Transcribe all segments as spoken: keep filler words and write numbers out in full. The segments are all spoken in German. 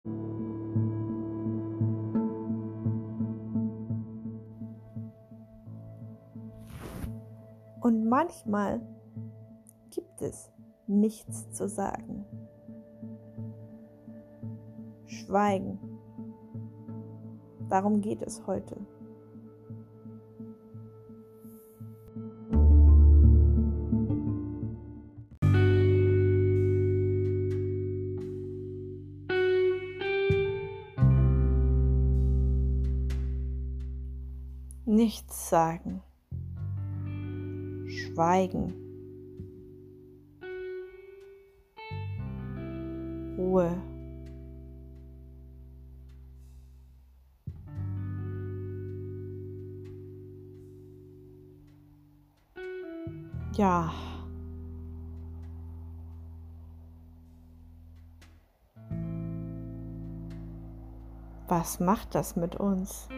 Und manchmal gibt es nichts zu sagen. Schweigen. Darum geht es heute. Nichts sagen. Schweigen. Ruhe. Ja. Was macht das mit uns?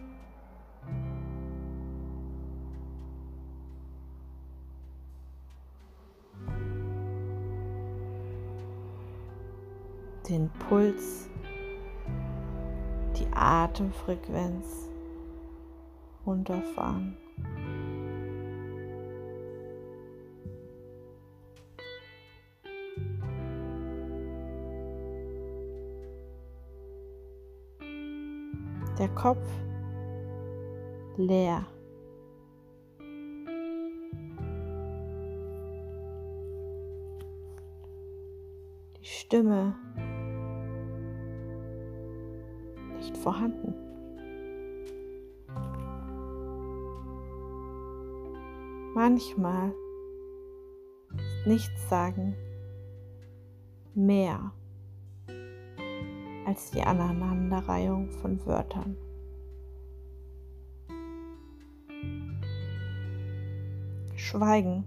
Den Puls, die Atemfrequenz runterfahren. Der Kopf leer. Die Stimme nicht vorhanden. Manchmal ist Nichtsagen mehr als die Aneinanderreihung von Wörtern. Schweigen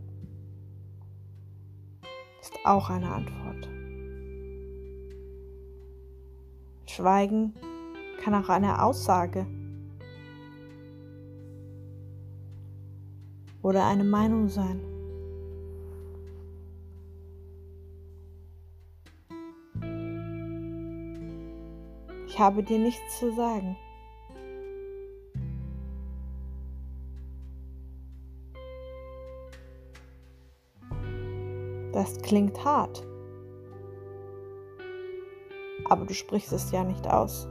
ist auch eine Antwort. Schweigen kann auch eine Aussage oder eine Meinung sein. Ich habe dir nichts zu sagen. Das klingt hart, aber du sprichst es ja nicht aus.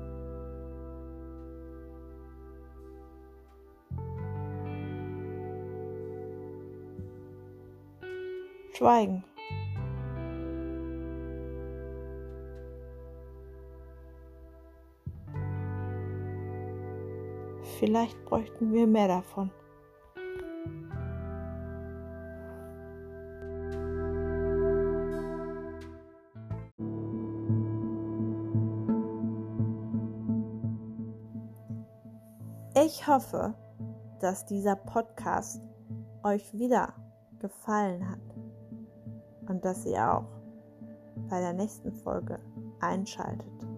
Schweigen. Vielleicht bräuchten wir mehr davon. Ich hoffe, dass dieser Podcast euch wieder gefallen hat und dass ihr auch bei der nächsten Folge einschaltet.